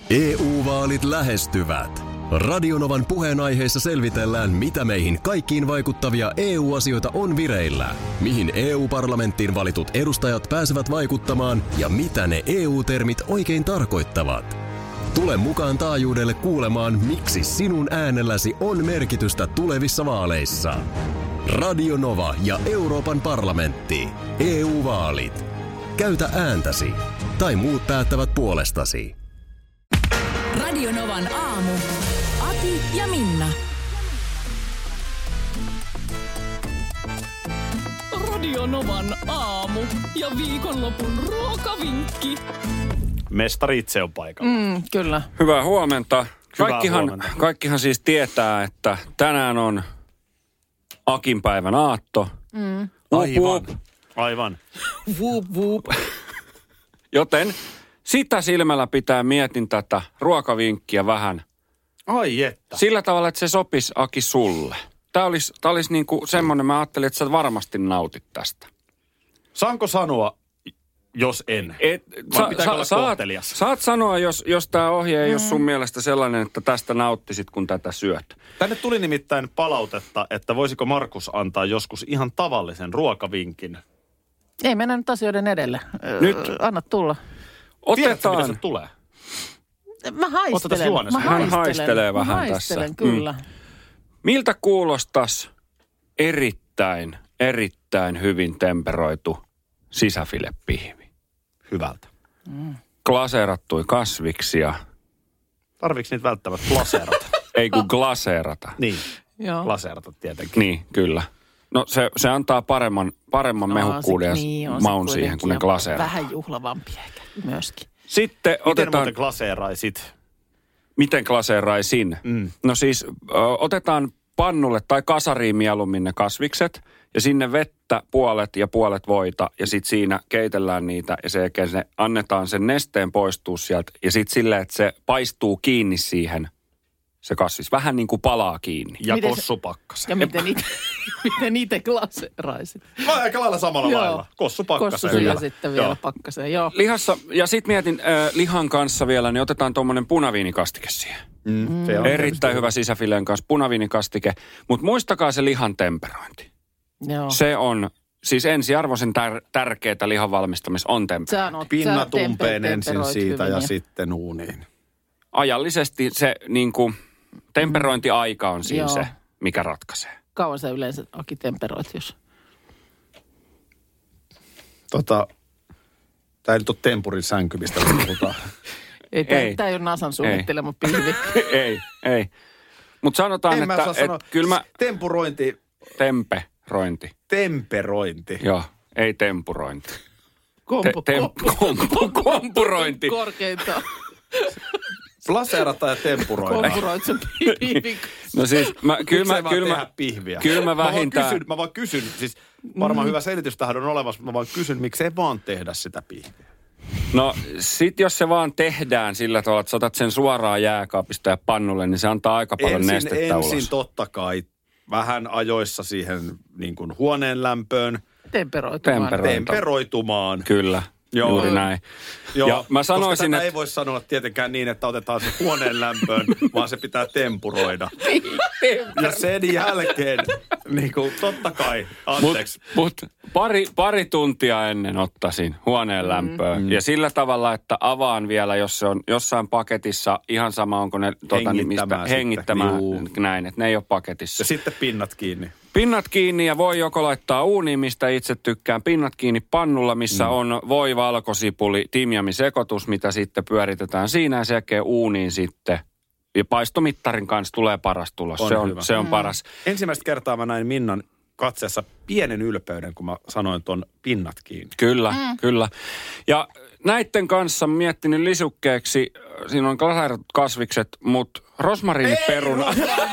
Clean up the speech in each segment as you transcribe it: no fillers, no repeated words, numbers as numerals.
EU-vaalit lähestyvät. Radionovan puheenaiheessa selvitellään, mitä meihin kaikkiin vaikuttavia EU-asioita on vireillä, mihin EU-parlamenttiin valitut edustajat pääsevät vaikuttamaan ja mitä ne EU-termit oikein tarkoittavat. Tule mukaan taajuudelle kuulemaan, miksi sinun äänelläsi on merkitystä tulevissa vaaleissa. Radio Nova ja Euroopan parlamentti. EU-vaalit. Käytä ääntäsi. Tai muut päättävät puolestasi. Radio Novan aamu. Ati ja Minna. Radio Novan aamu ja viikonlopun ruokavinkki. Mestari itse on paikalla. Kyllä. Hyvää huomenta. Huomenta. Kaikkihan siis tietää, että tänään on Akin päivän aatto. Aivan. Vuup, vuup. Joten sitä silmällä pitää mietin tätä ruokavinkkiä vähän. Ai että. Sillä tavalla, että se sopisi Aki sulle. Tämä olisi niinku semmoinen, mä ajattelin, että sä varmasti nautit tästä. Saanko sanoa, jos en? Vai pitääkö olla kohtelias? Saat sanoa, jos tämä ohje ei ole sun mielestä sellainen, että tästä nauttisit, kun tätä syöt. Tänne tuli nimittäin palautetta, että voisiko Markus antaa joskus ihan tavallisen ruokavinkin. Ei mennä nyt asioiden edelle. Nyt. Anna tulla. Tiedätkö, mitä se tulee? Mä haistelen. Hän haistelee vähän tässä. Kyllä. Miltä kuulostas erittäin hyvin temperoitu sisäfilepihvi? Hyvältä. Glaseerattui kasviksia. Tarviiko niitä välttämättä glaseerata? Ei kun glaseerata. Niin, Joo. glaseerata tietenkin. Niin, kyllä. No se antaa paremman mehukkuuden ja maun siihen, kun ne glaseerataan. Vähän juhlavampi ehkä myöskin. Sitten Miten otetaan... muuten glaseeraisit? Miten glaseeraisin? No siis otetaan pannulle tai kasariin mieluummin ne kasvikset ja sinne vettä puolet ja puolet voita ja sitten siinä keitellään niitä ja se annetaan sen nesteen poistua sieltä ja sitten silleen, että se paistuu kiinni siihen se kasvis. Vähän niin kuin palaa kiinni. Ja kossupakkasen. Ja miten itse glaseeraisit? Aika lailla samalla lailla. Kossupakkasen. Kossu ja sitten vielä pakkaseen, joo. Lihassa, ja sitten mietin lihan kanssa vielä, niin otetaan tuommoinen punaviinikastike siihen. Erittäin hyvä sisäfileen kanssa punaviinikastike. Mutta muistakaa se lihan temperointi. Joo. Se on, siis ensiarvoisen tärkeää lihan valmistamisessa on temperointi. Pinnat umpeen ensin siitä hyvin, ja sitten uuniin. Ajallisesti se niinku, temperointiaika on siinä se, mikä ratkaisee. Kauan sä yleensä, Aki, temperoit, jos... Tää ei nyt ole tempurin sänky, mistä puhutaan. Tämä ei ole Nasan suunnittelema pihvi. ei. Mutta sanotaan, että kyllä mä... Tempurointi. Temperointi. Temperointi. Joo, ei tempurointi. Kompurointi. Korkeintaan. Plaseerata ja tempuroida. Kompuroit se pihvi. No siis, kyllä mä vähintään... Mä vaan kysyn, siis varmaan hyvä selitys tähän on olemassa, mä vaan kysyn, miksei vaan tehdä sitä pihviä. No sit jos se vaan tehdään sillä tavalla, että sä otat sen suoraan jääkaapista ja pannulle, niin se antaa aika paljon nestettä ulos. Ensin totta kai vähän ajoissa siihen niin kuin huoneen lämpöön. Temperoitumaan. Kyllä. Joo. Juuri näin. Joo, ja mä sanoisin, koska tätä ei voi sanoa tietenkään niin, että otetaan se huoneen lämpöön, vaan se pitää tempuroida. Ja sen jälkeen, niin kuin, totta kai, anteeksi. Mutta pari tuntia ennen ottaisin huoneen lämpöön. Ja sillä tavalla, että avaan vielä, jos se on jossain paketissa, ihan sama onko ne hengittämään näin, että ne ei ole paketissa. Ja sitten pinnat kiinni. Pinnat kiinni ja voi joko laittaa uuniin, mistä itse tykkään. Pinnat kiinni pannulla, missä on voi, valkosipuli, timjamisekoitus, mitä sitten pyöritetään siinä ja sen jälkeen uuniin sitten. Ja paistomittarin kanssa tulee paras tulos. Se on paras. Ensimmäistä kertaa mä näin Minnan katseessa pienen ylpeyden, kun mä sanoin ton pinnat kiinni. Kyllä. Ja näitten kanssa miettinyt lisukkeeksi, siinä on glaseeratut kasvikset, mutta rosmariiniperuna.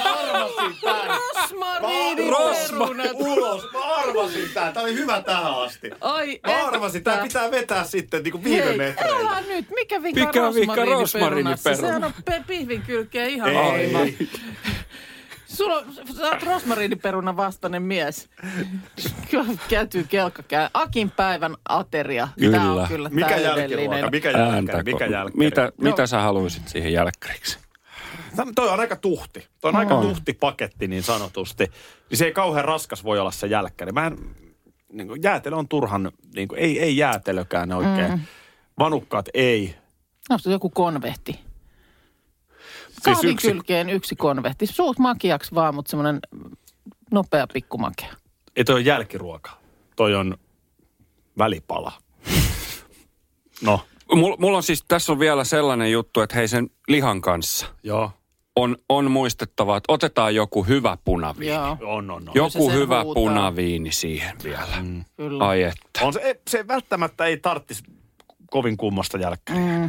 Ulos. Mä arvasin tää. Tää oli hyvä tähän asti. Mä arvasin. Tää pitää vetää sitten niinku viime metreillä. Älä nyt. Mikä vika rosmariiniperunassa? Sehän on pihvin kylkeä ihan aivan. Sä oot rosmariiniperunan vastainen mies. Käytyy kelkkakään. Akin päivän ateria. Kyllä. Tää on kyllä Mikä jälkiruoka? Mikä jälkkäri? Mitä sä haluaisit siihen jälkkäriksi? Toi on aika tuhti. Toi on aika tuhti paketti niin sanotusti. Niin se ei kauhean raskas voi olla se jälkkäri. Niin jäätelö on turhan, niin kuin, ei jäätelökään oikein. Vanukkaat ei. No se on joku konvehti. Siis Kahvin kylkeen yksi konvehti. Suut makiaksi vaan, mutta semmoinen nopea pikkumakea. Ei toi on jälkiruoka. Toi on välipala. No. Mulla on siis, tässä on vielä sellainen juttu, että hei sen lihan kanssa Joo. on muistettava, että otetaan joku hyvä punaviini. Joo. On. Joku Se hyvä huutaa. punaviini siihen vielä. Kyllä. Ai että. On se välttämättä ei tarttisi kovin kummasta jälkkäriä.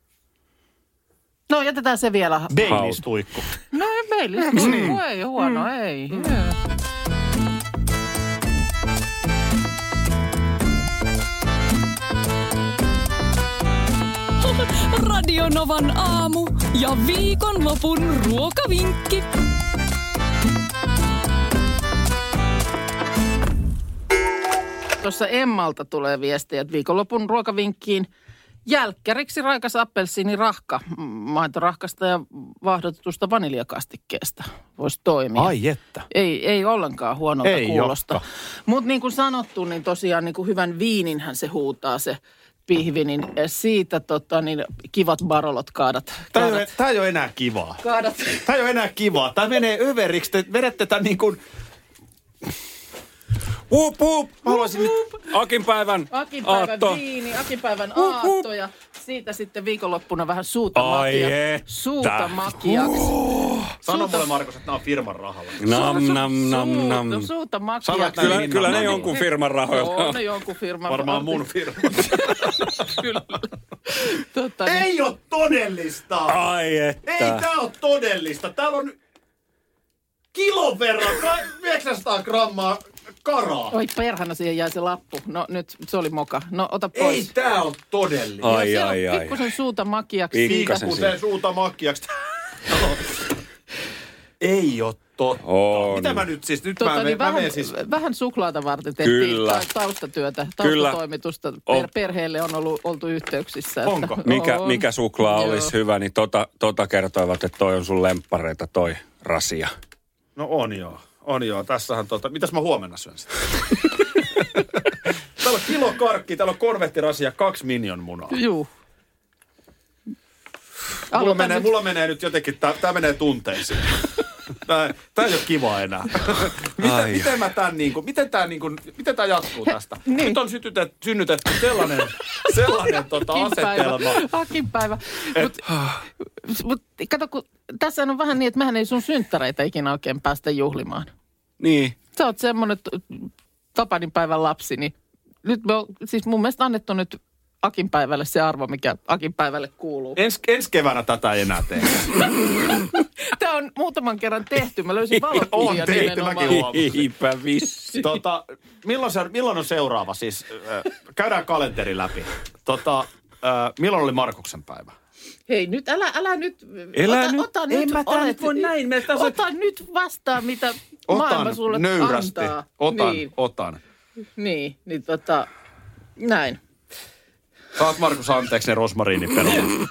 No jätetään se vielä. Baileys-tuikku. No ei Baileys. Ei huono, ei. Radio Novan aamu ja viikonlopun ruokavinkki. Tuossa Emmalta tulee viestiä, että viikonlopun ruokavinkkiin jälkkäriksi raikas appelsiinirahka, maitorahkasta ja vaahdotetusta vaniljakastikkeesta voisi toimia. Ai että. Ei ollenkaan huonolta Ei kuulosta. Mutta niin kuin sanottu, niin tosiaan niin kuin hyvän viininhän se huutaa se pihvi, niin siitä niin kivat barolot kaadat. Tää ei ole enää kivaa. Kaadat. Tää ei ole enää kivaa. Tää menee överiksi. Te vedette tän niin kuin... Mä haluaisin nyt... Akinpäivän aatto. viini, akinpäivän aatto ja siitä sitten viikonloppuna vähän suuta makiaksi. Sano mulle, Markus, että nämä on firman rahalla. Nam. Suuta makiaksi. Sano, että Kyllä ne jonkun firman rahoilla on. Ne jonkun firman. Varmaan mun firma. Kyllä. Ei ole todellista. Ai että. Ei tää ole todellista. Täällä on kilon verran, 900 grammaa karaa. Oi perhana, siihen jäi se lappu. No nyt se oli moka. No ota pois. Ei tää on todellinen. Ai. Pikkusen suuta makiaksi. Pikkusen suuta makiaksi. Ei ole totta. On. Mitä mä nyt siis? Nyt mä menen siis... Vähän suklaata varten tehtiin Kyllä. Taustatyötä, Kyllä. taustatoimitusta. Perheelle on oltu yhteyksissä. Onko? Mikä suklaa olisi hyvä, niin tota kertoivat, että toi on sun lemppareita, toi rasia. No on joo. Tässähän mitäs mä huomenna syön sitä? Täällä on kilo karkkia, täällä on konvehtirasia, 2 minion munaa. Juu. Mulla menee nyt jotenkin, tää menee tunteisiin. Tää ei ole kiva enää. Miten tää jatkuu tästä? Niin. Nyt on synnytetty sellainen asetelma. Akinpäivä. Mut kato, kun tässä on vähän niin, että mehän ei sun synttäreitä ikinä oikein päästä juhlimaan. Niin. Sä oot semmonen tapaninpäivän lapsi, niin nyt me on siis mun mielestä annettu nyt Akinpäivälle se arvo, mikä Akinpäivälle kuuluu. Ensi keväänä tätä ei enää tehdä. Tämä on muutaman kerran tehty. Mä löysin valokuvia. On tehty, mäkin huomasin. Eipä vissi. Milloin on seuraava? Siis käydään kalenteri läpi. Milloin oli Markuksen päivä? Hei, nyt älä nyt. Ota nyt. En mä tää nyt voi näin. Ota nyt vastaan, mitä maailma sulle nöyrästi. antaa. Otan. Niin, näin. Saat Markus anteeksi ne rosmariiniperunat.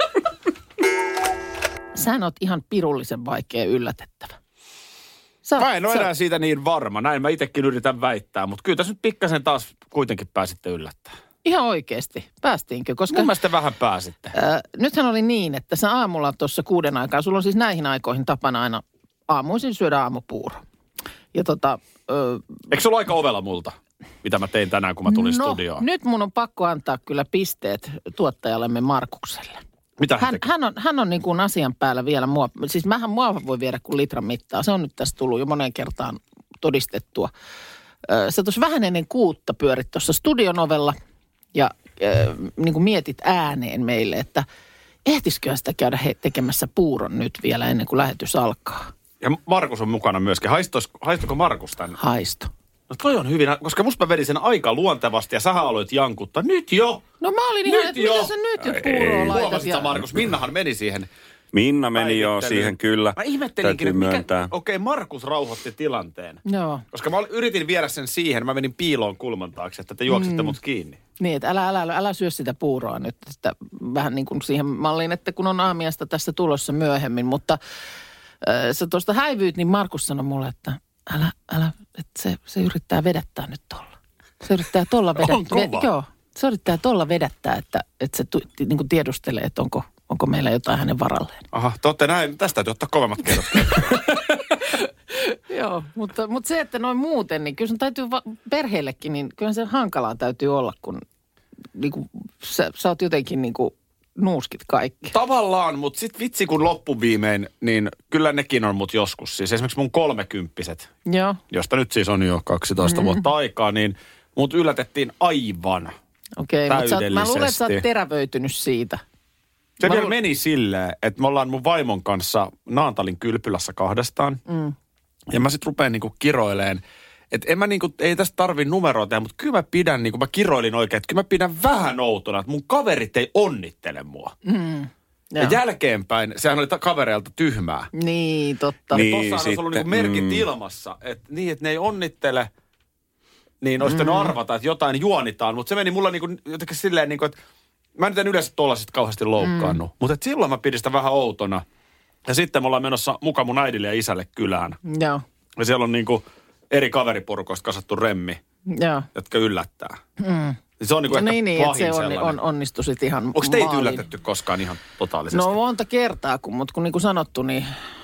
Sähän oot ihan pirullisen vaikea yllätettävä. Mä en ole enää siitä niin varma. Näin mä itsekin yritän väittää, mutta kyllä tässä nyt pikkasen taas kuitenkin pääsitte yllättää. Ihan oikeasti. Päästiinkö? Koska mun mielestä vähän pääsitte. Nythän oli niin, että sä aamulla tuossa 6 aikaa, sulla on siis näihin aikoihin tapana aina aamuisin syödä aamupuuro. Ja eikö sulla aika ovella multa, mitä mä tein tänään, kun mä tulin studioon? Nyt mun on pakko antaa kyllä pisteet tuottajallemme Markukselle. Mitä hän on niin kuin asian päällä vielä siis mua voi viedä kuin litran mittaa. Se on nyt tässä tullut jo moneen kertaan todistettua. Sä tuossa vähän ennen 6 pyörit tuossa studion ovella ja niin kuin mietit ääneen meille, että ehtisikö sitä käydä tekemässä puuron nyt vielä ennen kuin lähetys alkaa. Ja Markus on mukana myöskin. Haistuiko Markus tänne? Haisto. No toi on hyvin, koska musta mä vedin sen aika luontevasti ja sähän aloit jankuttaa. Nyt jo! No mä olin ihan, että mitä sä nyt jo puuroa laitat. Huomasit sä, Markus? Minnahan meni siihen Minna meni jo siihen kyllä. Mä ihmettelinkin, täytyy myöntää. Okei, Markus rauhoitti tilanteen. Joo. Koska mä yritin viedä sen siihen, mä menin piiloon kulman taakse, että te juoksitte mut kiinni. Niin, että älä syö sitä puuroa nyt. Että vähän niin kuin siihen malliin, että kun on aamiaista tässä tulossa myöhemmin. Mutta sä tuosta häivyyt, niin Markus sanoi mulle, että älä, että se yrittää vedättää nyt tolla. Se yrittää tolla vedättää. On kova. Joo, se yrittää tolla vedättää, että se niin kuin tiedustelee, että onko meillä jotain hänen varalleen. Aha, te ootte näin. Tästä täytyy ottaa kovemmat kerrat. Joo, mutta se, että noin muuten, niin kyllä sun täytyy perheellekin, niin kyllä se hankalaa täytyy olla, kun niin kuin, sä oot jotenkin niin kuin nuuskit kaikki. Tavallaan, mutta sit vitsi kun loppuviimein, niin kyllä nekin on mut joskus. Siis esimerkiksi mun 30-vuotiset, Joo. josta nyt siis on jo 12 vuotta aikaa, niin mut yllätettiin aivan Okei, mutta mä luulen, että sä oot täydellisesti. terävöitynyt siitä. Se vielä meni silleen, että me ollaan mun vaimon kanssa Naantalin kylpylässä kahdestaan. Ja mä sit rupeen niinku kiroileen, että en mä niinku, ei tästä tarvi numeroita tehdä, mutta kyllä mä pidän, niinku mä kiroilin oikein, että kyllä mä pidän vähän outona, että mun kaverit ei onnittele mua. Ja jälkeenpäin, sehän oli kavereilta tyhmää. Niin, totta. Niin. Tossahan olisi ollut niinku merkit ilmassa, että niin, että ne ei onnittele, niin olisi pitänyt arvata, että jotain juonitaan. Mutta se meni mulla niinku jotenkin silleen, niinku, että mä en yleensä tollasista kauheasti loukkaannut. Mutta silloin mä pidin sitä vähän outona. Ja sitten me ollaan menossa mukaan mun äidille ja isälle kylään. Joo. Ja siellä on niinku eri kaveriporukoista kasattu remmi, Joo. jotka yllättää. Se on niinku ehkä Niin, pahin että se sellainen. onnistui sitten ihan Onko teitä maaliin. yllätetty koskaan ihan totaalisesti? No monta kertaa, mutta kun niin kuin sanottu, niin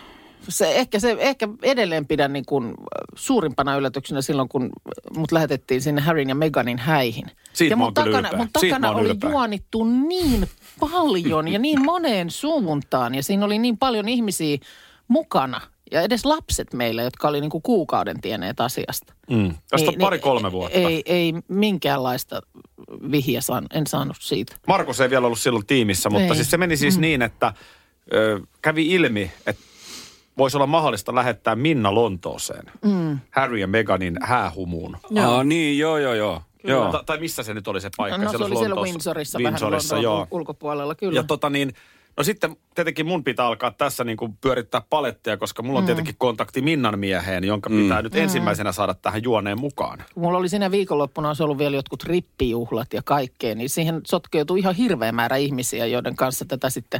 ehkä edelleen pidän niin kuin suurimpana yllätyksenä silloin, kun mut lähetettiin sinne Harryn ja Meghanin häihin. Siitä ja mä oon kyllä ylpeä. mun Siitä takana mä oon oli ylpeä. juonittu niin paljon ja niin moneen suuntaan. Ja siinä oli niin paljon ihmisiä mukana. Ja edes lapset meillä, jotka oli niin kuin kuukauden tienneet asiasta. Tästä on 2-3 vuotta. Ei minkäänlaista vihjeä en saanut siitä. Markus ei vielä ollut silloin tiimissä, mutta Ei. siis se meni siis niin, että kävi ilmi, että voisi olla mahdollista lähettää Minna Lontooseen. Harry ja Meghanin häähumuun. Niin, joo. Tai missä se nyt oli se paikka? No se oli siellä Lontoossa. Windsorissa, Windsorissa, vähän joo. Lontoon ulkopuolella, kyllä. Ja no sitten tietenkin mun pitää alkaa tässä niin kuin pyörittää palettia, koska mulla on tietenkin kontakti Minnan mieheen, jonka pitää nyt ensimmäisenä saada tähän juoneen mukaan. Mulla oli siinä viikonloppuna, olisi ollut vielä jotkut rippijuhlat ja kaikkea, niin siihen sotkeutui ihan hirveä määrä ihmisiä, joiden kanssa tätä sitten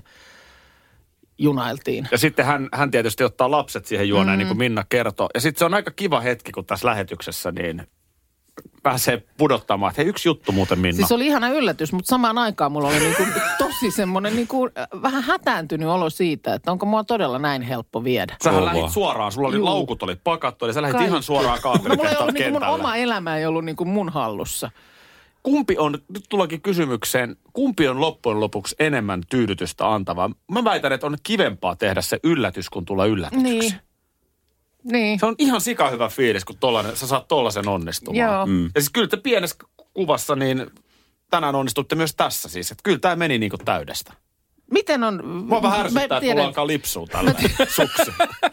junailtiin. Ja sitten hän tietysti ottaa lapset siihen juoneen, niin kuin Minna kertoi. Ja sitten se on aika kiva hetki, kun tässä lähetyksessä niin pääsee pudottamaan, että hei, yksi juttu muuten, Minna. Siis oli ihana yllätys, mutta samaan aikaan mulla oli niinku tosi semmoinen niinku vähän hätääntynyt olo siitä, että onko mua todella näin helppo viedä. Sähän Kovaa. lähit suoraan, sulla oli laukut oli pakattu, eli sä lähdit Kaikki. ihan suoraan No mulla ei kaapelitehtaalta ollut niinku mun kentälle. oma elämä ei ollut niinku mun hallussa. Kumpi on, nyt tullaankin kysymykseen, kumpi on loppujen lopuksi enemmän tyydytystä antavaa? Mä väitän, että on kivempaa tehdä se yllätys, kun tulee yllätyksi. Niin. Se on ihan sika hyvä fiilis, kun sä saat tollasen onnistumaan. Joo. Ja siis kyllä te pienessä kuvassa, niin tänään onnistutte myös tässä siis. Että kyllä tämä meni niin kuin täydestä. Miten on? Mua vähän ärsyttää, että mulla alkaa lipsua tällä suksi.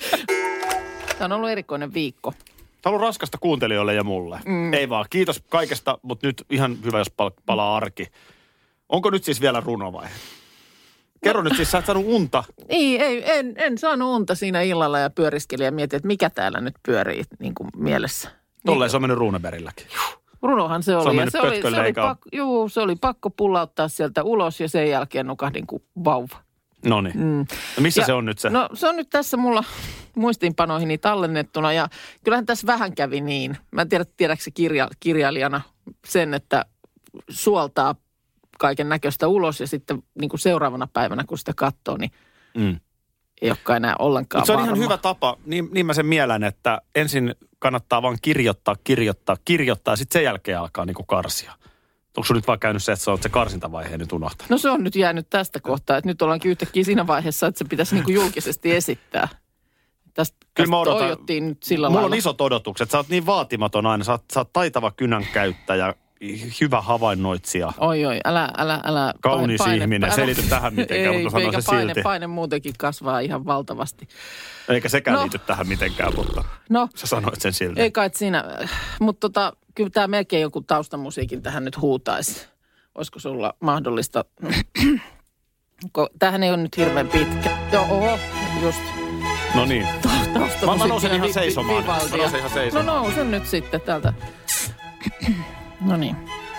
Tämä on ollut erikoinen viikko. Tämä on ollut raskasta kuuntelijoille ja mulle. Ei vaan, kiitos kaikesta, mutta nyt ihan hyvä, jos palaa arki. Onko nyt siis vielä runovaihe? Kerro nyt siis, sä et saanut unta. En saanut unta siinä illalla ja pyöriskelin ja mietin, että mikä täällä nyt pyörii niin kuin mielessä. Tolleen se on mennyt Runebergilläkin. Runohan se oli. Se on Ja mennyt pötkölle eikä se oli pakko pullauttaa sieltä ulos ja sen jälkeen nukahdin kuin vauva. Noniin. No missä se on nyt se? No se on nyt tässä mulla muistiinpanoihini tallennettuna ja kyllähän tässä vähän kävi niin. Mä en tiedä, tiedätkö kirjailijana sen, että suoltaa kaiken näköistä ulos ja sitten niin kuin seuraavana päivänä, kun sitä katsoo, niin ei olekaan enää ollenkaan Mut se on varma. ihan hyvä tapa, niin mä sen mielen, että ensin kannattaa vaan kirjoittaa, sitten sen jälkeen alkaa niinku karsia. Onko sun nyt vaan käynyt se, että se karsintavaihe nyt unohtanut? No se on nyt jäänyt tästä kohtaa, että nyt ollaankin yhtäkkiä siinä vaiheessa, että se pitäisi niin kuin julkisesti esittää. Tästä mä odotan. toivottiin nyt sillä Mulla lailla. on isot odotukset. Sä oot niin vaatimaton aina. Sä oot taitava kynänkäyttäjä, hyvä havainnoitsija. Oi, älä. Kaunis ihminen. Selity tähän mitenkään, mutta sanon se silti. Paine muutenkin kasvaa ihan valtavasti. Eikä sekään No. liity tähän mitenkään, mutta No, sä sanoit sen silti. ei kai siinä. Mutta kyllä tämä melkein joku taustamusiikin tähän nyt huutaisi. Olisiko sulla mahdollista Tämähän ei ole nyt hirveän pitkä. Joo, oho, just. No niin. Mä nousen ihan seisomaan. No nousen nyt sitten täältä. No niin.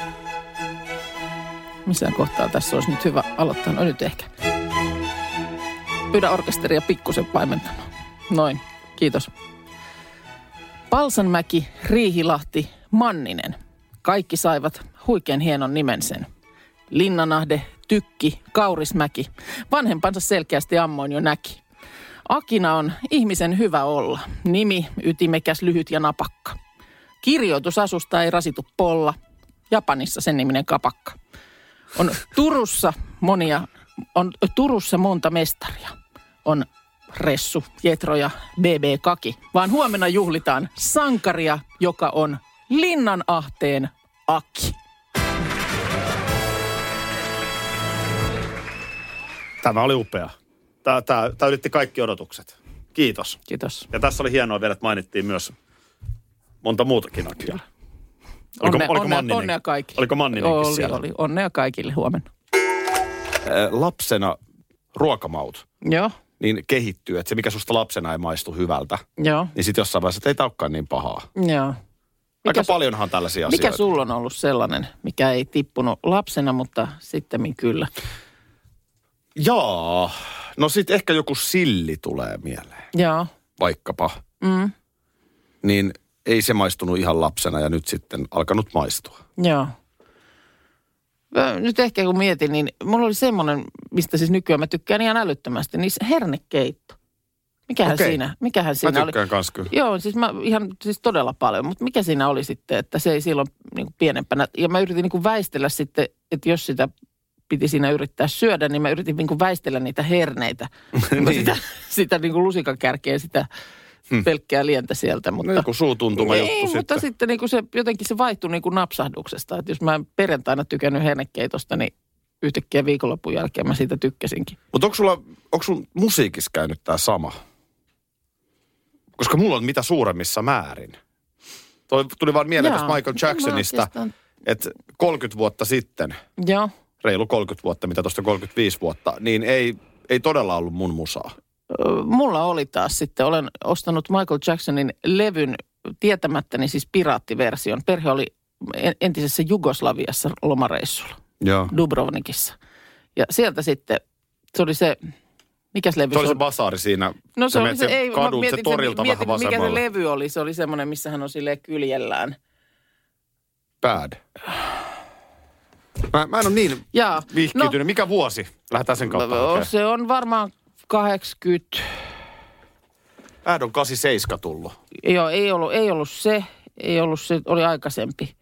Missään kohtaa tässä olisi nyt hyvä aloittaa. No nyt ehkä. Pyydä orkesteria pikkusen paimentamaan. Noin, kiitos. Palsanmäki, Riihilahti, Manninen. Kaikki saivat huikean hienon nimen sen. Linnanahde, Tykki, Kaurismäki. Vanhempansa selkeästi ammoin jo näki. Akina on ihmisen hyvä olla. Nimi, ytimekäs, lyhyt ja napakka. Kirjoitusasusta ei rasitu polla. Japanissa sen niminen kapakka. On Turussa monta mestaria. On Ressu, Jetro ja BB Kaki. Vaan huomenna juhlitaan sankaria, joka on Linnanahteen Aki. Tämä oli upea. Tämä ylitti kaikki odotukset. Kiitos. Kiitos. Ja tässä oli hienoa vielä, että mainittiin myös monta muutakin Akia. Onnea kaikille. Oliko Manninenkin siellä? Oli. Onnea kaikille huomenna. Lapsena ruokamaut. Joo. Niin kehittyy, että se mikä susta lapsena ei maistu hyvältä. Joo. Niin sitten jossain vaiheessa, että ei tämä olekaan niin pahaa. Joo. Aika paljonhan tällaisia asioita. Mikä sulla on ollut sellainen, mikä ei tippunut lapsena, mutta sittemmin kyllä? Jaa. No sit ehkä joku silli tulee mieleen. Joo. Vaikkapa. Niin ei se maistunut ihan lapsena ja nyt sitten alkanut maistua. Joo. Nyt ehkä kun mietin, niin mulla oli semmoinen, mistä siis nykyään mä tykkään ihan älyttömästi, niin hernekeitto. Mikähän siinä mä oli? tykkään kans kyllä. Joo, siis mä ihan siis todella paljon, mutta mikä siinä oli sitten, että se ei silloin niin kuin pienempänä. Ja mä yritin niin kuin väistellä sitten, että jos sitä piti siinä yrittää syödä, niin mä yritin niin kuin väistellä niitä herneitä. niin. Sitä niin kuin lusikan kärkeä, sitä pelkkää lientä sieltä. Mutta, no joku suutuntuma juttu sitten. Mutta sitten niin kuin se, jotenkin se vaihtui niin kuin napsahduksesta. Että jos mä en perjantaina tykännyt hernekeitosta, niin yhtäkkiä viikonlopun jälkeen mä siitä tykkäsinkin. Mutta onko sun musiikissa käynyt tää sama? Koska mulla on mitä suuremmissa määrin. Tuli vaan mieleen tästä Michael Jacksonista, että 30 vuotta sitten, joo. Reilu 30 vuotta, mitä tuosta 35 vuotta, niin ei todella ollut mun musaa. Mulla oli taas sitten, olen ostanut Michael Jacksonin levyn tietämättäni siis piraattiversion. Perhe oli entisessä Jugoslaviassa lomareissulla, joo. Dubrovnikissa. Ja sieltä sitten, se oli se, mikäs levy se oli? Se basaari siinä. No se oli se, ei, kadut, se torilta vähän vasemmalla. Mikä se levy oli, se oli semmoinen, missä hän on silleen kyljellään. Bad. Mä en ole niin vihkiytynyt. No, mikä vuosi? Lähdetään sen kautta. Se on varmaan 80. Bad on 87 tullut. Joo, ei ollut se, oli aikaisempi.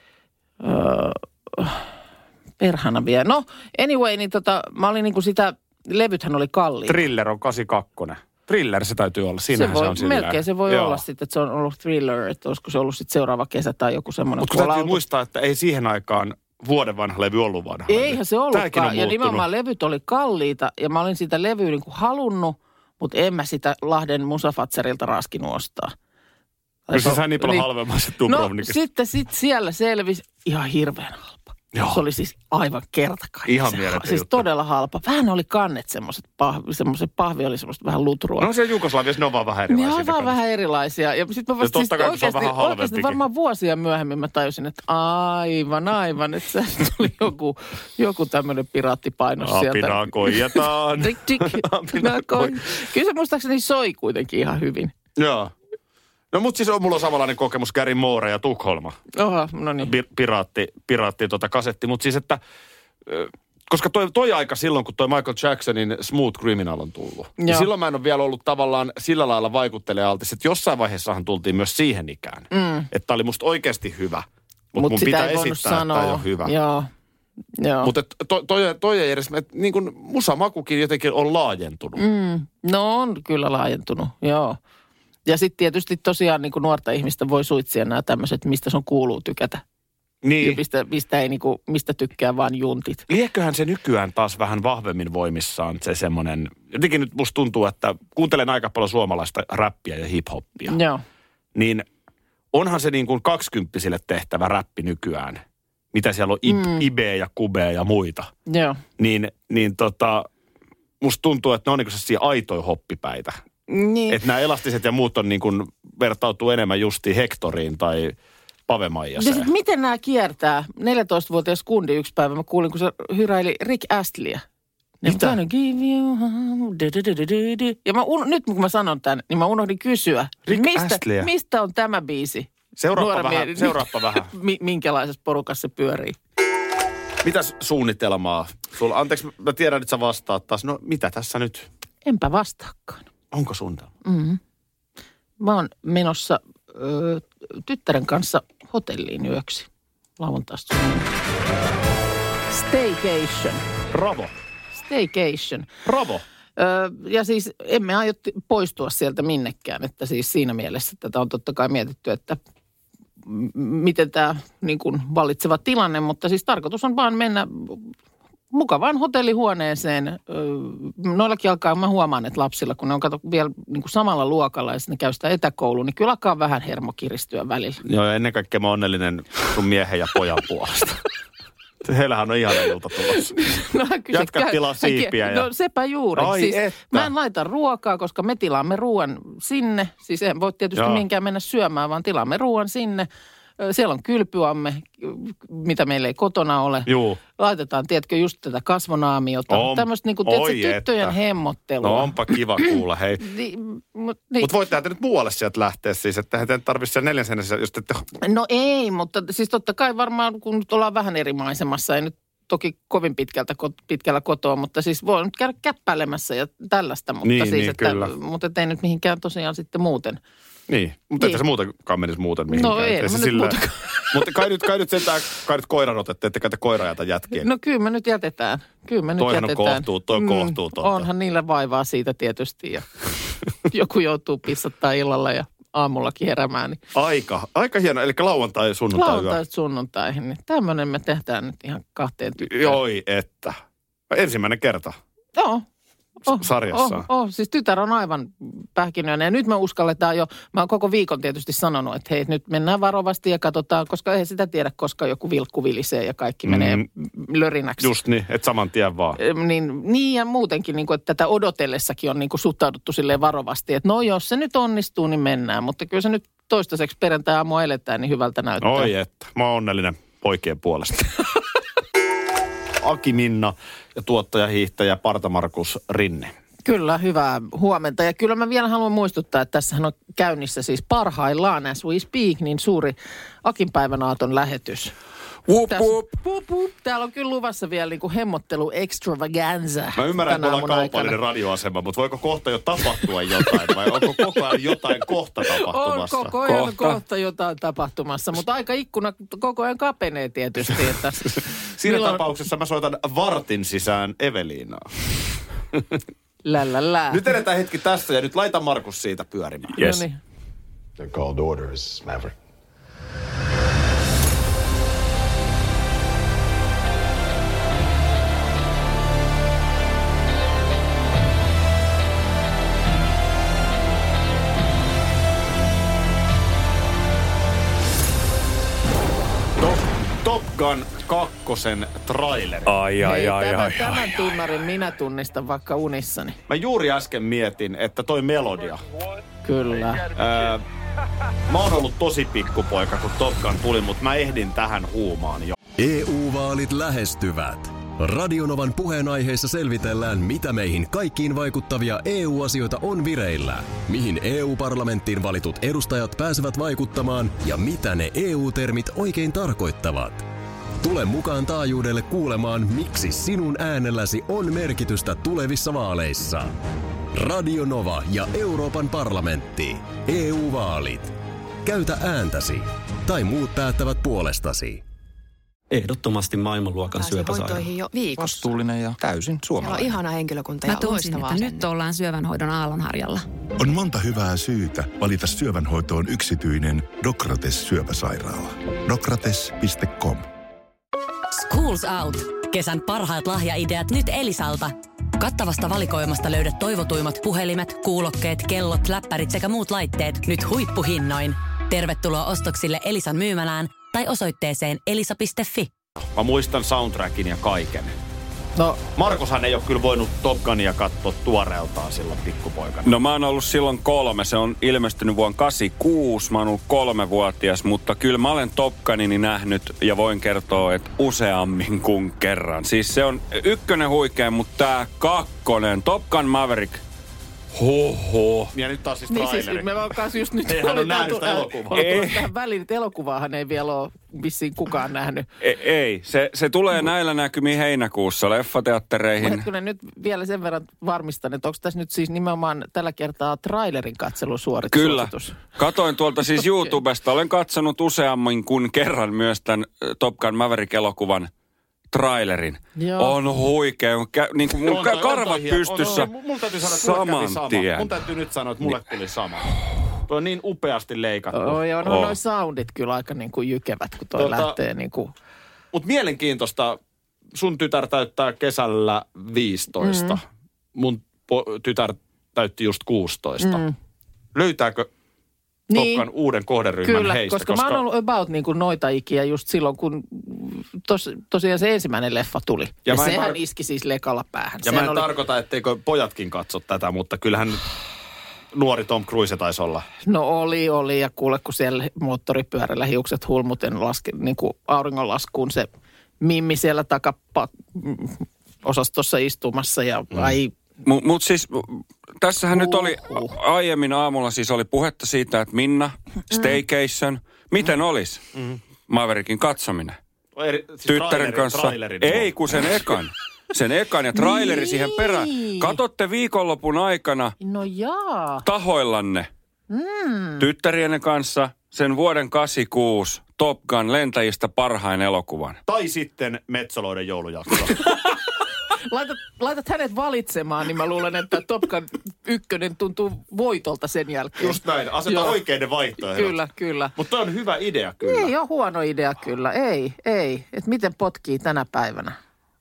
Perhana vielä. No, anyway, niin mä olin niinku sitä, levythän oli kalliita. Thriller on 82. Thriller se täytyy olla, siinähän se on silleen. Melkein se voi olla sitten, että se on ollut Thriller, että olisiko se ollut sitten seuraava kesä tai joku semmoinen. Mutta täytyy muistaa, että ei siihen aikaan vuoden vanha levy ollut vanha. Eihän se ollutkaan, ja nimenomaan levyt oli kalliita, ja mä olin sitä levyä niin kuin halunnut, mutta en mä sitä Lahden Musafatserilta raskinut ostaa. Kyllä se niin paljon halvemmassa Dubrovnikissa. No sitten siellä selvisi ihan hirveän halpa. Joo. Se oli siis aivan kertakaikki. Ihan mieletön siis juttu. Todella halpa. Vähän oli kannet semmoiset pahvi oli semmoista vähän lutrua. No se Jugoslaviassa ne on vaan vähän erilaisia. Ne on vaan vähän erilaisia. Ja sitten mä vasta siis oikeasti varmaan vuosia myöhemmin mä tajusin, että aivan, että se tuli joku tämmöinen piraattipainos sieltä. Apinaa koijataan. Kyllä se muistaakseni soi kuitenkin ihan hyvin. Joo. No mut siis mulla on samanlainen kokemus Gary Moore ja Tukholma. Oha, no niin. Piraatti kasetti. Mutta siis, että koska toi aika silloin, kun toi Michael Jacksonin Smooth Criminal on tullut. Niin silloin mä en ole vielä ollut tavallaan sillä lailla vaikuttelejaltis, että jossain vaiheessahan tultiin myös siihen ikään. Että oli musta oikeasti hyvä. Mutta mun pitää esittää, että tämä ei ole hyvä. Joo. Mutta toi ei edes, että niin kuin musamakukin jotenkin on laajentunut. No on kyllä laajentunut, joo. Ja sitten tietysti tosiaan niin kuin nuorta ihmistä voi suitsia nämä tämmöiset, mistä sun kuuluu tykätä. Niin. Mistä, ei niin kuin, mistä tykkää vaan juntit. Lieköhän se nykyään taas vähän vahvemmin voimissaan se semmoinen, jotenkin nyt musta tuntuu, että kuuntelen aika paljon suomalaista räppiä ja hip-hoppia. Joo. Niin onhan se niin kuin 20-vuotiaille tehtävä räppi nykyään. Mitä siellä on Ibe ja Kube ja muita. Joo. Niin musta tuntuu, että ne on niinku sellaisia aitoja hoppipäitä. Niin. Että nämä elastiset ja muut on niin kuin vertautuu enemmän justiin Hectoriin tai Pavemaijaseen. Ja sitten miten nämä kiertää? 14-vuotias kundi yksi päivä, mä kuulin, kun se hyräili Rick Astleyä. Mitä? Ja nyt kun mä sanon tämän, niin mä unohdin kysyä, mistä on tämä biisi? Seuraappa vähän. Minkälaisessa porukassa se pyörii? Mitäs suunnitelmaa? Anteeksi, mä tiedän, että sä vastaat taas. No mitä tässä nyt? Enpä vastaakaan. Onko suunnitelma? Mm-hmm. Mä oon menossa tyttären kanssa hotelliin yöksi. Lauantaista Staycation. Bravo. Staycation. Bravo. Ja siis emme aio poistua sieltä minnekään, että siis siinä mielessä tätä on totta kai mietitty, että miten tämä niin kuin vallitseva tilanne, mutta siis tarkoitus on vaan mennä mukavaan hotellihuoneeseen. Noillakin alkaa, mä huomaan, että lapsilla, kun ne on vielä niin kuin samalla luokalla ja ne käy sitä etäkouluun, niin kyllä alkaa vähän hermo kiristyä välillä. Joo, ja ennen kaikkea mä oon onnellinen sun miehen ja pojan puolesta. Heillähän on ihana ilta tulossa. No, Jatka tilaa siipiä. No sepä juuri. Ai siis, että. mä en laita ruokaa, koska me tilaamme ruoan sinne. Siis en voi tietysti mihinkään mennä syömään, vaan tilaamme ruoan sinne. Siellä on kylpyamme, mitä meillä ei kotona ole. Juu. Laitetaan, tiedätkö, just tätä kasvonaamiota. Tämmöistä niin kuin, tiedätkö, tyttöjen hemmottelua. No onpa kiva kuulla, hei. Mutta voit tehdä nyt muualle sieltä lähteä siis, että eihän teidän tarvitse siellä 4 seinässä, jos ette... No ei, mutta siis totta kai varmaan, kun nyt ollaan vähän eri maisemassa, ei nyt toki kovin pitkällä kotoa, mutta siis voi nyt käydä käppäilemässä ja tällaista, mutta niin, siis, niin, että, mutta ei nyt mihinkään tosiaan sitten muuten. Niin, mutta ettei se muutenkaan menisi muuten mihinkään. No ei, nyt muutakaan. Mutta kai nyt sentään, koiran otette, ettekä te koirajata jätkiä. No kyllä me nyt jätetään. Toihan on kohtuu. Onhan niillä vaivaa siitä tietysti ja joku joutuu pissattaa illalla ja aamullakin heräämään. Niin. Aika hieno, eli lauantai sunnuntai yö. Lauantaista sunnuntaihin, niin tämmöinen me tehdään nyt ihan 2 tyttöön. Joi, että. Ensimmäinen kerta. Joo. Sarjassa. Siis tytär on aivan pähkinöinen. Ja nyt me uskalletaan jo, mä oon koko viikon tietysti sanonut, että hei, nyt mennään varovasti ja katsotaan, koska ei sitä tiedä, koska joku vilkku vilisee ja kaikki menee lörinäksi. Just niin, että saman tien vaan. Niin ja muutenkin, niin kuin, että tätä odotellessakin on niin kuin suhtauduttu silleen varovasti, että no jos se nyt onnistuu, niin mennään. Mutta kyllä se nyt toistaiseksi perjantai-aamua eletään, niin hyvältä näyttää. Oi että, mä oon onnellinen poikien puolesta. Aki Minna ja tuottaja-hiihtäjä Parta-Markus Rinne. Kyllä, hyvää huomenta. Ja kyllä mä vielä haluan muistuttaa, että tässähän on käynnissä siis parhaillaan as we speak, niin suuri Akin päivänaaton lähetys. Täällä on kyllä luvassa vielä niin kuin hemmottelu extravaganza. Mä ymmärrän, että ollaan kaupallinen radioasema, mutta voiko kohta jo tapahtua jotain vai onko koko ajan jotain kohta tapahtumassa? On koko ajan kohta jotain tapahtumassa, mutta aika ikkuna koko ajan kapenee tietysti. Että siinä tapauksessa mä soitan vartin sisään Eveliinaa. Nyt edetään hetki tässä ja nyt laita Markus siitä pyörimään. Yes. No niin. They're called orders, Maverick. Top Gun 2 traileri. Tämän tunnarin minä tunnistan vaikka unissani. Mä juuri äsken mietin, että toi melodia. Kyllä. Mä oon ollut tosi pikkupoika, kun Top Gun tuli, mutta mä ehdin tähän huumaan jo. EU-vaalit lähestyvät. Radionovan puheenaiheessa selvitellään, mitä meihin kaikkiin vaikuttavia EU-asioita on vireillä, mihin EU-parlamenttiin valitut edustajat pääsevät vaikuttamaan ja mitä ne EU-termit oikein tarkoittavat. Tule mukaan taajuudelle kuulemaan, miksi sinun äänelläsi on merkitystä tulevissa vaaleissa. Radio Nova ja Euroopan parlamentti. EU-vaalit. Käytä ääntäsi. Tai muut päättävät puolestasi. Ehdottomasti maailmanluokan syöpäsairaala. Hoitoihin jo viikossa. Vastuullinen ja täysin suomalainen. Siellä on ihana henkilökunta ja loistavaa. Että nyt ollaan syövänhoidon aallonharjalla. On monta hyvää syytä valita syövänhoitoon yksityinen Docrates syöpäsairaala. Docrates.com. Schools Out. Kesän parhaat lahjaideat nyt Elisalta. Kattavasta valikoimasta löydät toivotuimmat puhelimet, kuulokkeet, kellot, läppärit sekä muut laitteet nyt huippuhinnoin. Tervetuloa ostoksille Elisan myymälään tai osoitteeseen elisa.fi. Mä muistan soundtrackin ja kaiken. No, Markushan ei ole kyllä voinut Top Gunia katsoa tuoreeltaan silloin pikkupoikana. No mä oon ollut silloin 3. Se on ilmestynyt vuonna 86. Mä oon ollut 3-vuotias, mutta kyllä mä olen Top Gunini nähnyt ja voin kertoa, että useammin kuin kerran. Siis se on 1 huikea, mutta tää 2, Top Gun Maverick. Hoho. Ja nyt taas siis niin traileri. siis me vaan kanssa just nyt... Eihän ole nähnyt sitä elokuvaa. Tähän väliin, että elokuvaahan ei vielä ole vissiin kukaan nähnyt. Ei. Se tulee näillä näkymin heinäkuussa leffateattereihin. Hetkinen, nyt vielä sen verran varmistan, että onko tässä nyt siis nimenomaan tällä kertaa trailerin katselusuoritus? Kyllä. Katoin tuolta siis YouTubesta. Olen katsonut useammin kuin kerran myös tämän Top Gun Maverick-elokuvan trailerin. Joo. On huikea. Niin kuin mun karvat pystyssä saman tien. Mun täytyy nyt sanoa, että mulle tuli sama. Tuo on niin upeasti leikattu. Joo, noi soundit kyllä aika niin kuin jykevät, kun toi lähtee niin kuin... Mutta mielenkiintoista. Sun tytär täyttää kesällä 15. Mun tytär täytti just 16. Löytääkö Top Gun uuden kohderyhmän kyllä, heistä? Koska mä oon ollut about niin kuin noita ikiä just silloin, kun tosiaan se ensimmäinen leffa tuli. Ja sehän iski siis lekalla päähän. Ja mä en tarkoita, etteikö pojatkin katso tätä, mutta kyllähän nuori Tom Cruise taisi olla. No oli. Ja kuule, kun siellä moottoripyörällä hiukset hulmuten laski niin kuin auringonlaskuun se mimmi siellä takaosastossa istumassa ja Mutta siis tässähän nyt oli aiemmin aamulla siis oli puhetta siitä, että Minna, staycation, miten olisi Maverickin katsominen? Siis tyttären kanssa. Ei, kun sen ekan. Sen ekan ja traileri siihen perään. Katotte viikonlopun aikana tahoillanne tyttärienne kanssa sen vuoden 86 Top Gun lentäjistä parhain elokuvan. Tai sitten Metsoloiden joulujakso. Laitat hänet valitsemaan, niin mä luulen, että Top Gun 1 tuntuu voitolta sen jälkeen. Just näin. Aseta oikeiden vaihtoehdot. Kyllä. Mutta on hyvä idea kyllä. Ei ole huono idea kyllä. Ei. Että miten potkii tänä päivänä?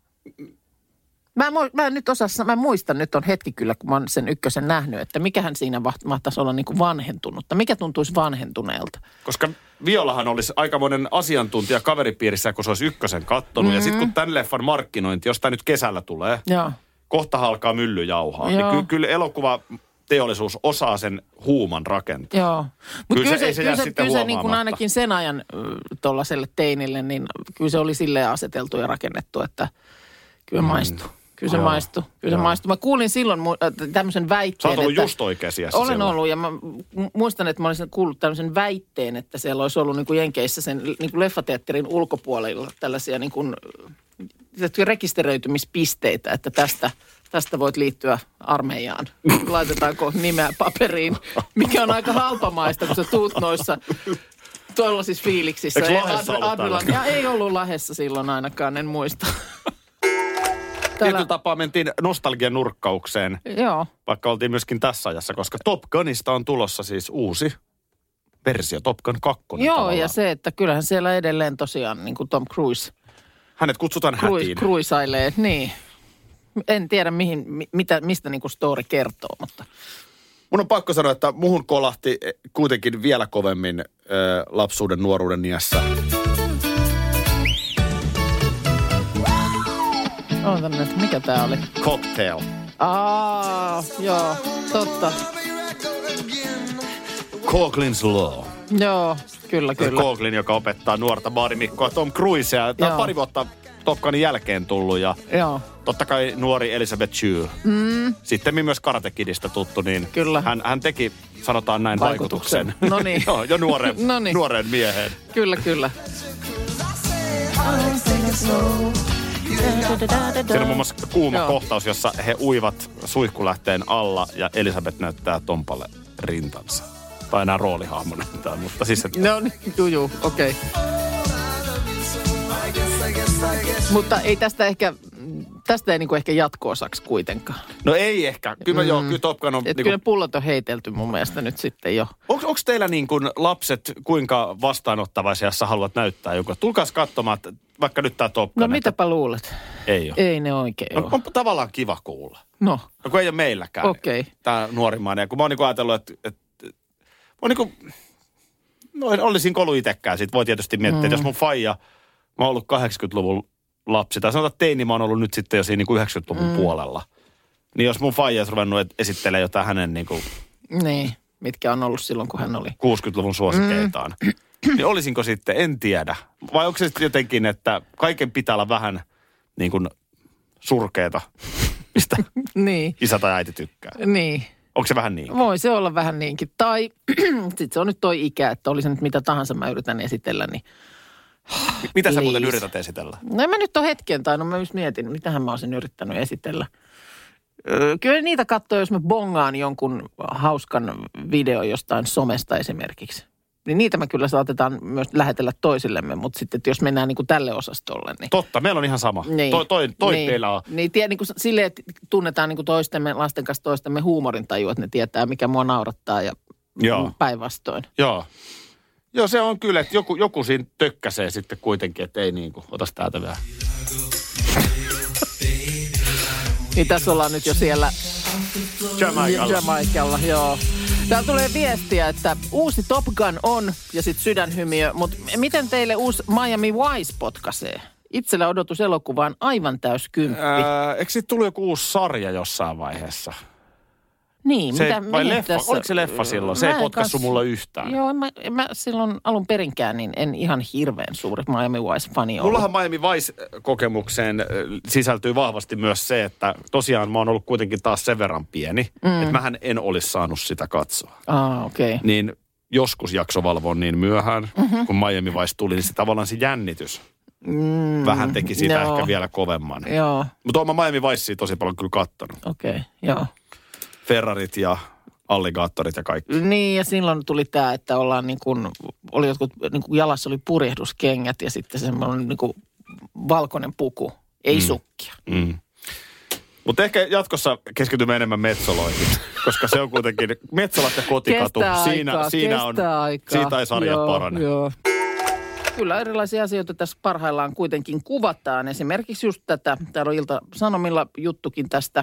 Mä muistan, nyt on hetki kyllä, kun mä oon sen 1 nähnyt, että mikähän siinä mahtaisi olla niin kuin vanhentunutta. Mikä tuntuisi vanhentuneelta? Koska Violahan olisi aikamoinen asiantuntija kaveripiirissä, kun se olisi 1 kattonut. Ja sitten kun tämän leffan markkinointi, jos tämä nyt kesällä tulee, kohta alkaa mylly jauhaa. Niin kyllä elokuvateollisuus osaa sen huuman rakentaa. Joo. Mutta kyllä se niin kuin ainakin sen ajan tuollaiselle teinille, niin kyllä se oli silleen aseteltu ja rakennettu, että kyllä maistuu. Kyllä se maistuu. Mä kuulin silloin tämmöisen väitteen, Sä oot ollut just oikeassa olen silloin. ollut ja mä muistan, että mä olisin kuullut tämmöisen väitteen, että siellä olisi ollut niin kuin Jenkeissä sen niin kuin leffateatterin ulkopuolella tällaisia niin kuin rekisteröitymispisteitä, että tästä voit liittyä armeijaan. Laitetaanko nimeä paperiin, mikä on aika halpamaista, kun sä tuut noissa tuollaisissa fiiliksissä. Eikö Lahdessa ollut ja ei ollut Lahdessa silloin ainakaan, en muista. Tietyllä tapaa mentiin nostalgian nurkkaukseen, vaikka oltiin myöskin tässä ajassa, koska Top Gunista on tulossa siis uusi versio, Top Gun 2. Joo, tavallaan. ja se, että kyllähän siellä edelleen tosiaan niin kuin Tom Cruise. Hänet kutsutaan hätiin. Cruisailee, niin. En tiedä mistä niin kuin story kertoo, mutta... Mun on pakko sanoa, että muhun kolahti kuitenkin vielä kovemmin lapsuuden, nuoruuden iässä. Ootan, että mikä tää oli? Cocktail. Joo, totta. Coughlin's Law. Joo, kyllä. Coughlin, joka opettaa nuorta baarimikkoa Tom Cruisea. Tämä on pari vuotta Top Gunin jälkeen tullut ja totta kai nuori Elizabeth Shue. Sitten myös Karate Kidistä tuttu, niin kyllä. Hän teki, sanotaan näin, vaikutuksen. Noniin. jo nuoreen mieheen. Kyllä. Siinä on muun muassa kuuma kohtaus, jossa he uivat suihkulähteen alla ja Elisabeth näyttää Tompalle rintansa. Tai enää roolihahmo näyttää, mutta siis... okei. Mutta ei tästä ei niinku ehkä jatko-osaksi kuitenkaan. No ei ehkä. Kyllä Top Gun on... Kyllä pullot on heitelty mun mielestä nyt sitten jo. Onko teillä niin kuin lapset kuinka vastaanottavaisia haluat näyttää joku? Tulkaas katsomaan, vaikka nyt tää Top Gun. No mitäpä luulet? Ei ole. Ei ne oikein ole. On tavallaan kiva kuulla. No kun ei ole meilläkään. Okei. Tää nuorimmainen. Kun mä oon niin ajatellut, että mä oon niin olisin ollut itsekään. Sitten voi tietysti miettiä, että jos mun faija, mä oon ollut 80-luvun lapsi, tai sanotaan, että teini mä oon ollut nyt sitten jo siinä niin kuin 90-luvun puolella. Niin jos mun faija olisi ruvennut esittelemään jotain hänen niin kuin... Niin, mitkä on ollut silloin, kun hän oli. 60-luvun suosikeitaan. Niin olisinko sitten, en tiedä. Vai onko se sitten jotenkin, että kaiken pitää olla vähän niin kuin surkeeta, mistä niin. Isä tai äiti tykkää. Niin. Onko se vähän niin? Voi se olla vähän niinkin. Tai sitten se on nyt toi ikä, että oli se nyt mitä tahansa mä yritän esitellä, niin... Mitä sä muuten yrität esitellä? No en mä nyt ole hetken tainnut, mä just mietin, mitähän mä olisin yrittänyt esitellä. Kyllä niitä katsoo, jos mä bongaan jonkun hauskan video jostain somesta esimerkiksi. Niin niitä me kyllä saatetaan myös lähetellä toisillemme, mutta sitten että jos mennään niin kuin tälle osastolle. Niin... Totta, meillä on ihan sama. Niin. Toi niin. teillä on. Niin, niin kuin silleen, että tunnetaan niin kuin toistemme, lasten kanssa toistemme huumorintaju, että ne tietää, mikä mua naurattaa ja päinvastoin. Joo, se on kyllä, että joku siinä tökkäsee sitten kuitenkin, että ei niin kuin, otas täältä vielä. Niin tässä ollaan nyt jo siellä Jamaikalla, joo. Täällä tulee viestiä, että uusi Top Gun on ja sitten sydänhymiö, mutta miten teille uusi Miami Vice potkaisee? Itsellä odotus elokuvaan aivan täys 10. Eikö siitä tullut joku uusi sarja jossain vaiheessa? Niin, vai leffa? Tässä? Oliko se leffa silloin? Se ei potkassu mulla yhtään. Joo, mä silloin alun perinkään niin en ihan hirveän suuri Miami Vice-fani ollut. Mullahan Miami Vice-kokemukseen sisältyy vahvasti myös se, että tosiaan mä oon ollut kuitenkin taas sen verran pieni, että mähän en olisi saanut sitä katsoa. Okei. Okay. Niin joskus jakso valvoa niin myöhään, kun Miami Vice tuli, niin se tavallaan se jännitys vähän teki siitä ehkä vielä kovemman. Joo. Mutta oon mä Miami Vicea tosi paljon kyllä kattonut. Okei, joo. Ferrarit ja alligaattorit ja kaikki. Niin, ja silloin tuli tämä, että ollaan niin kuin, oli jotkut, niin kuin jalassa oli purjehduskengät ja sitten semmoinen niin kuin valkoinen puku, ei sukkia. Mutta ehkä jatkossa keskitymme enemmän metsoloihin, koska se on kuitenkin metsolat ja kotikatu. Siitä ei sarja parane. Joo. Kyllä erilaisia asioita tässä parhaillaan kuitenkin kuvataan. Esimerkiksi just tätä, täällä on Ilta-Sanomilla juttukin tästä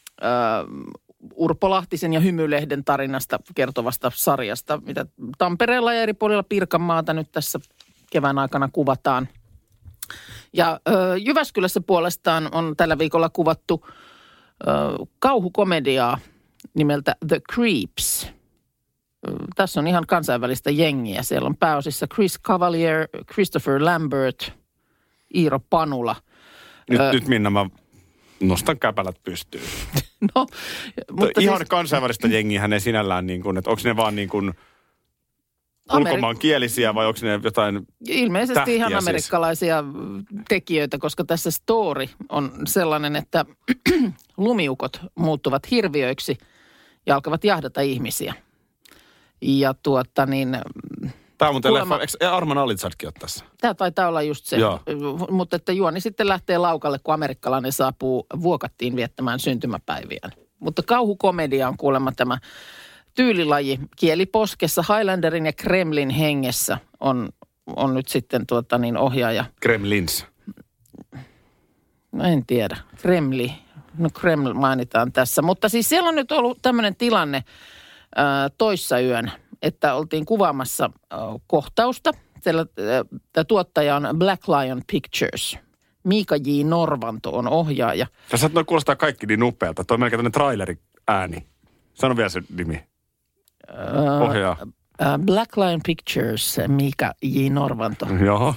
Urpo Lahtisen ja Hymylehden tarinasta kertovasta sarjasta, mitä Tampereella ja eri puolilla Pirkanmaata nyt tässä kevään aikana kuvataan. Ja Jyväskylässä puolestaan on tällä viikolla kuvattu kauhukomediaa nimeltä The Creeps. Tässä on ihan kansainvälistä jengiä. Siellä on pääosissa Chris Cavalier, Christopher Lambert, Iiro Panula. Nyt Minna, mä nostan käpälät pystyyn. No, mutta ihan siis kansainvälistä jengiähän ne sinällään niin kuin, että onko ne vaan niin kuin ulkomaankielisiä vai onko ne jotain ilmeisesti ihan amerikkalaisia tekijöitä, koska tässä story on sellainen, että lumiukot muuttuvat hirviöiksi ja alkavat jahdata ihmisiä. Ja tämä on muuten leffa, eikö Arman Alitsadkin ole tässä? Tämä taitaa olla just se, mutta että juoni sitten lähtee laukalle, kun amerikkalainen saapuu Vuokattiin viettämään syntymäpäiviään. Mutta kauhukomedia on kuulemma tämä tyylilaji. Kieliposkessa Highlanderin ja Kremlin hengessä on nyt sitten ohjaaja. Kremlins. No en tiedä. Kreml mainitaan tässä. Mutta siis siellä on nyt ollut tämmöinen tilanne toissayön, että oltiin kuvaamassa kohtausta. Tämä tuottaja on Black Lion Pictures. Miika J. Norvanto on ohjaaja. Tässä kuulostaa kaikki niin upealta. Toi on melkein tämmöinen traileri ääni. Sano vielä se nimi. Ohjaa. Black Lion Pictures, Miika J. Norvanto. Joo.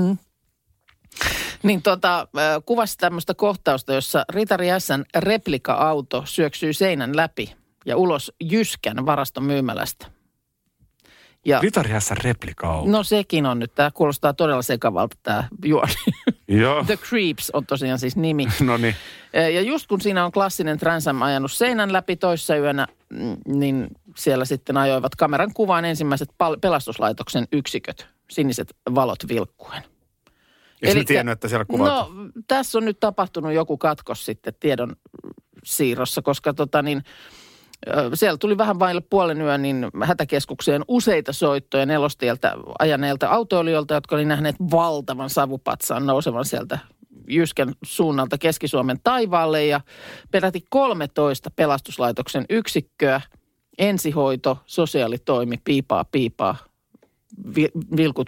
Niin kuvasi tämmöistä kohtausta, jossa Ritari S:n replika-auto syöksyy seinän läpi ja ulos jyskän varaston myymälästä. Ritari S:n replika-auto. No sekin on nyt. Tämä kuulostaa todella sekavalta tämä juoni. Joo. The Creeps on tosiaan siis nimi. No niin. Ja just kun siinä on klassinen Transam ajanut seinän läpi toissayönä, niin siellä sitten ajoivat kameran kuvaan ensimmäiset pelastuslaitoksen yksiköt, siniset valot vilkkuen. Eikö me tiennyt, että siellä kuvataan? No tässä on nyt tapahtunut joku katkos sitten tiedon siirrossa, koska siellä tuli vähän vaille puolen yön niin hätäkeskukseen useita soittoja Nelostieltä ajaneilta autoilijoilta, jotka oli nähneet valtavan savupatsaan nousevan sieltä Jyskän suunnalta Keski-Suomen taivaalle ja peräti 13 pelastuslaitoksen yksikköä, ensihoito, sosiaalitoimi, piipaa, vilkut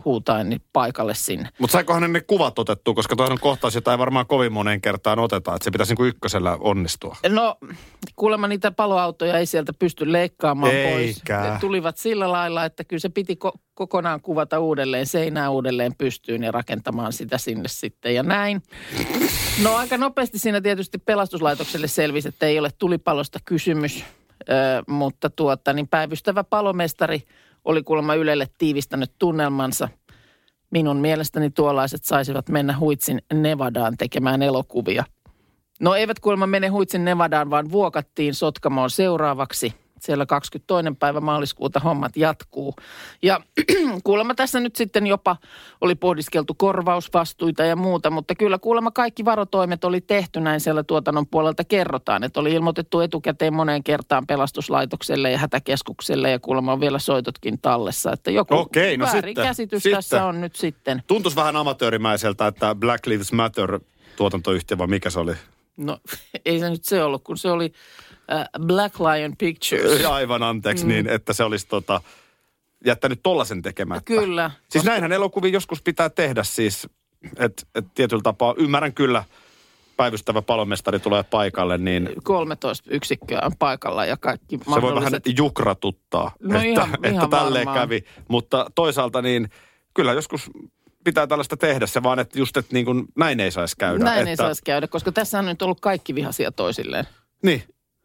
huutaen niin paikalle sinne. Mutta saikohan ne kuvat otettua, koska toinen on kohtaus, jota ei varmaan kovin moneen kertaan oteta, että se pitäisi niin kuin ykkösellä onnistua. No, kuulemma niitä paloautoja ei sieltä pysty leikkaamaan pois. Eikä. Ne tulivat sillä lailla, että kyllä se piti kokonaan kuvata uudelleen, seinää uudelleen pystyyn ja rakentamaan sitä sinne sitten ja näin. No aika nopeasti siinä tietysti pelastuslaitokselle selvisi, että ei ole tulipalosta kysymys, mutta niin päivystävä palomestari oli kuulemma Ylelle tiivistänyt tunnelmansa. Minun mielestäni tuollaiset saisivat mennä Huitsin Nevadaan tekemään elokuvia. No eivät kuulemma mene Huitsin Nevadaan, vaan vuokattiin Sotkamoon seuraavaksi. Siellä 22. päivä maaliskuuta hommat jatkuu. Ja kuulemma tässä nyt sitten jopa oli pohdiskeltu korvausvastuita ja muuta, mutta kyllä kuulemma kaikki varotoimet oli tehty, näin siellä tuotannon puolelta kerrotaan. Että oli ilmoitettu etukäteen moneen kertaan pelastuslaitokselle ja hätäkeskukselle ja kuulemma on vielä soitotkin tallessa. Että joku väärinkäsitys tässä on nyt sitten. Tuntuisi vähän amatöörimäiseltä, että Black Lives Matter tuotantoyhtiö, vai mikä se oli? No ei se nyt se ollut, kun se oli Black Lion Pictures. Aivan anteeksi, niin että se olisi jättänyt tollaisen tekemättä. Kyllä. Siis näinhän elokuvia joskus pitää tehdä siis, että tietyllä tapaa, ymmärrän kyllä, päivystävä palomestari tulee paikalle, niin 13 yksikköä on paikalla ja kaikki mahdolliset. Se voi vähän jukratuttaa, no että tälleen kävi. Mutta toisaalta niin kyllä joskus pitää tällaista tehdä se vaan, että just, että niin kuin näin ei saisi käydä. Näin ei saisi käydä, koska tässä on nyt ollut kaikki vihaisia toisilleen. Niin.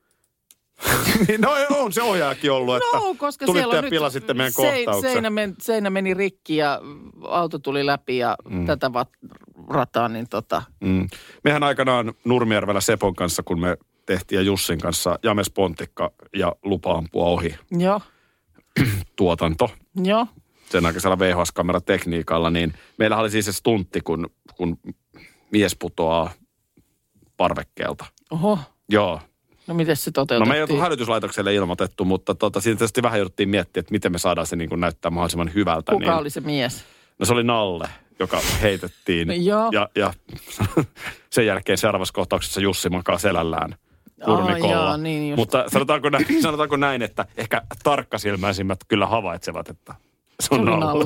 No on se ohjaakin ollut, että koska tulitte ja pilasitte meidän kohtauksen. Seinä meni rikki ja auto tuli läpi ja tätä rataa, niin Mehän aikanaan Nurmijärvellä Sepon kanssa, kun me tehtiin ja Jussin kanssa James Pontikka ja Lupa ampua ohi. Joo. Tuotanto. Joo. Sen aikaisella VHS-kameratekniikalla, niin meillä oli siis se stuntti, kun mies putoaa parvekkeelta. Oho. Joo. No miten se toteutettiin? No me ei oltu hälytyslaitokselle ilmoitettu, mutta siinä tietysti vähän jouduttiin miettiä, että miten me saadaan se niin kuin näyttää mahdollisimman hyvältä. Kuka oli se mies? No se oli Nalle, joka heitettiin. Joo. Ja sen jälkeen seuraavassa kohtauksessa Jussi makaa selällään nurmikolla. Niin mutta sanotaanko näin, että ehkä tarkkasilmäisimmät kyllä havaitsevat, että se on Nalle.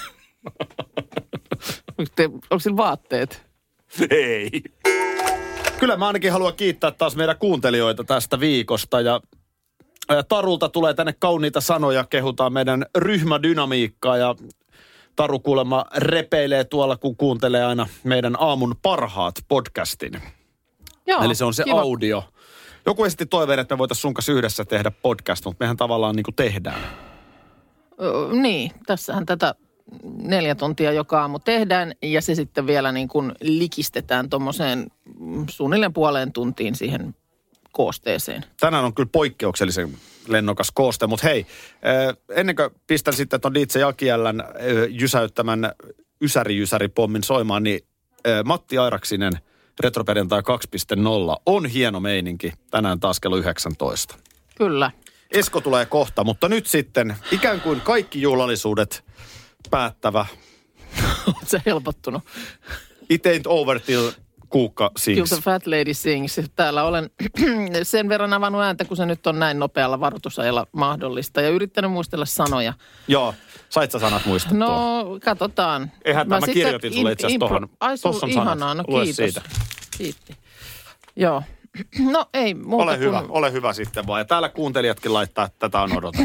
Onko sillä vaatteet? Ei. Kyllä mä ainakin haluan kiittää taas meidän kuuntelijoita tästä viikosta ja Tarulta tulee tänne kauniita sanoja, kehutaan meidän ryhmädynamiikkaa ja Taru kuulemma repeilee tuolla, kun kuuntelee aina meidän aamun parhaat podcastin. Joo, eli se on se kiva. Audio. Joku esitti toiveen, että me voitaisiin sun kanssa yhdessä tehdä podcast, mutta mehän tavallaan niin kuin tehdään. Niin, tässähän tätä 4 tuntia joka aamu tehdään ja se sitten vielä niin kuin likistetään tuommoiseen suunnilleen puoleen tuntiin siihen koosteeseen. Tänään on kyllä poikkeuksellisen lennokas kooste, mutta hei, ennen kuin pistän sitten tuon DJ Jakiällän jysäyttämän Ysäri-pommin soimaan, niin Matti Airaksinen Retroperjantai 2.0 on hieno meininki tänään taas kello 19. Kyllä. Esko tulee kohta, mutta nyt sitten ikään kuin kaikki juhlallisuudet päättävä. Oletko sä helpottunut? It ain't over till Kuukka sings. Till the fat lady sings. Täällä olen sen verran avannut ääntä, kun se nyt on näin nopealla varoitusajalla mahdollista. Ja yrittänyt muistella sanoja. Joo, sait sä sanat muistettua? No, katsotaan. Eihän mä kirjoitin sulle itse asiassa tohon. Tossa on ihanaa, no kiitos. Siitä. Kiitti. Joo. No ei muuta ole hyvä sitten vaan. Ja täällä kuuntelijatkin laittaa, että tätä on odotettu.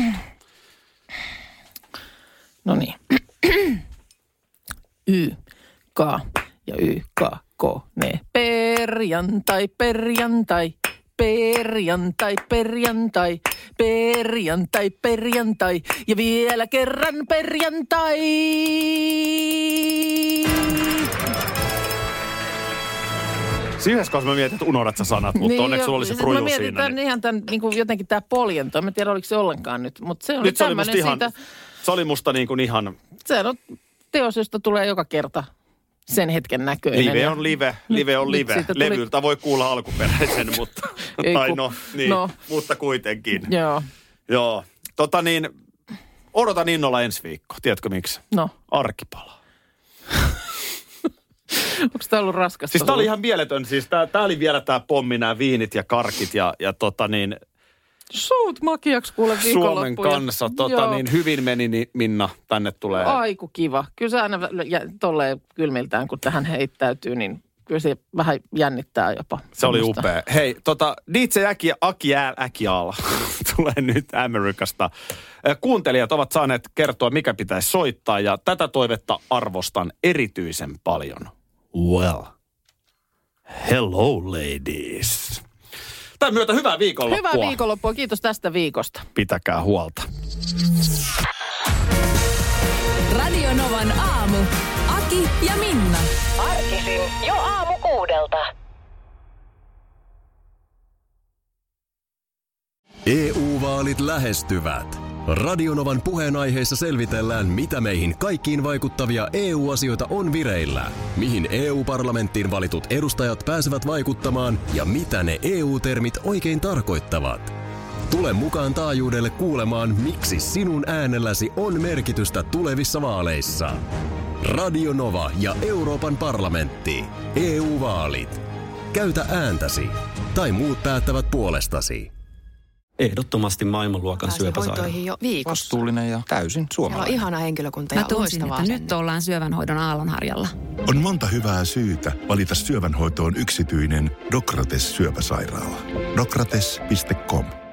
No niin. Y, K ja Y, K, K, ne. Perjantai, perjantai, perjantai, perjantai, perjantai, perjantai ja vielä kerran perjantai. Yhdessä kohdassa mä mietin, että unohdat sä sanat, mutta niin onneksi sulla oli se pruju siinä. Mä mietin ihan tämän, niin kuin jotenkin tämä poljento. En tiedä, oliko se ollenkaan nyt, mutta se on nyt tämmöinen siitä. Se oli musta niin kuin ihan. Se on teos, josta tulee joka kerta sen hetken näköinen. Live on live, live on live. Levyltä voi kuulla alkuperäisen, mutta, mutta kuitenkin. Joo. Odotan innolla ensi viikko. Tiedätkö miksi? No. Arkipala. Onko tämä ollut raskasta? Siis tämä oli ihan mieletön. Siis tämä oli vielä tämä pommi, nämä viinit ja karkit ja Suut makiaksi kuule viikonloppuun. Suomen kanssa. Hyvin meni, niin Minna, tänne tulee. Aiku kiva. Kyllä se aina tolleen kylmiltään, kun tähän heittäytyy, niin kyllä se vähän jännittää jopa. Se oli upea. Hei, DJ Aki Äkiala tulee nyt Amerikasta. Kuuntelijat ovat saaneet kertoa, mikä pitäisi soittaa, ja tätä toivetta arvostan erityisen paljon. Well, hello ladies. Tämän myötä hyvää viikonloppua. Hyvää viikonloppua. Kiitos tästä viikosta. Pitäkää huolta. Radio Novan aamu. Aki ja Minna. Arkisin jo aamu 6:00. EU-vaalit lähestyvät. Radionovan puheenaiheessa selvitellään, mitä meihin kaikkiin vaikuttavia EU-asioita on vireillä, mihin EU-parlamenttiin valitut edustajat pääsevät vaikuttamaan ja mitä ne EU-termit oikein tarkoittavat. Tule mukaan taajuudelle kuulemaan, miksi sinun äänelläsi on merkitystä tulevissa vaaleissa. Radio Nova ja Euroopan parlamentti. EU-vaalit. Käytä ääntäsi. Tai muut päättävät puolestasi. Ehdottomasti maailmanluokan syöpäsairaala. Hoitoihin jo viikossa. Vastuullinen ja täysin suomalainen. Siellä on ihana henkilökunta ja Mä tunsin, että loistavaa nyt ollaan syövänhoidon aallonharjalla. On monta hyvää syytä valita syövänhoitoon yksityinen Docrates syöpäsairaala. Docrates.com